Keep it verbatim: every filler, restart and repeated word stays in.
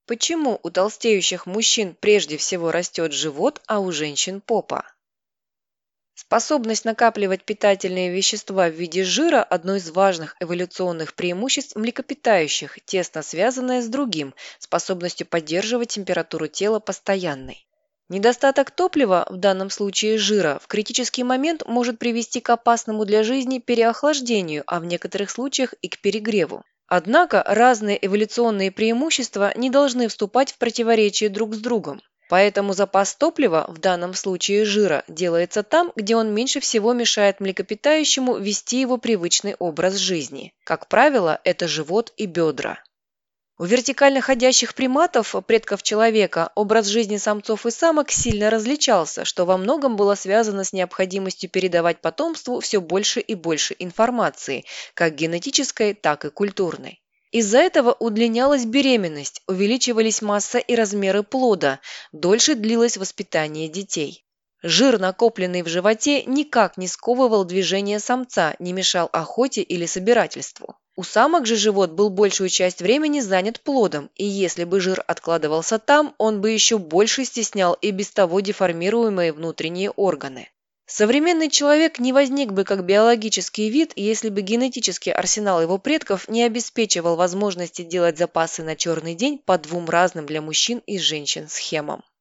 Почему у толстеющих мужчин прежде всего растет живот, а у женщин попа? Способность накапливать питательные вещества в виде жира – одно из важных эволюционных преимуществ млекопитающих, тесно связанное с другим – способностью поддерживать температуру тела постоянной. Недостаток топлива, в данном случае жира, в критический момент может привести к опасному для жизни переохлаждению, а в некоторых случаях и к перегреву. Однако разные эволюционные преимущества не должны вступать в противоречие друг с другом. Поэтому запас топлива, в данном случае жира, делается там, где он меньше всего мешает млекопитающему вести его привычный образ жизни. Как правило, это живот и бедра. У вертикально ходящих приматов, предков человека, образ жизни самцов и самок сильно различался, что во многом было связано с необходимостью передавать потомству все больше и больше информации, как генетической, так и культурной. Из-за этого удлинялась беременность, увеличивались масса и размеры плода, дольше длилось воспитание детей. Жир, накопленный в животе, никак не сковывал движение самца, не мешал охоте или собирательству. У самок же живот был большую часть времени занят плодом, и если бы жир откладывался там, он бы еще больше стеснял и без того деформируемые внутренние органы. Современный человек не возник бы как биологический вид, если бы генетический арсенал его предков не обеспечивал возможности делать запасы на черный день по двум разным для мужчин и женщин схемам.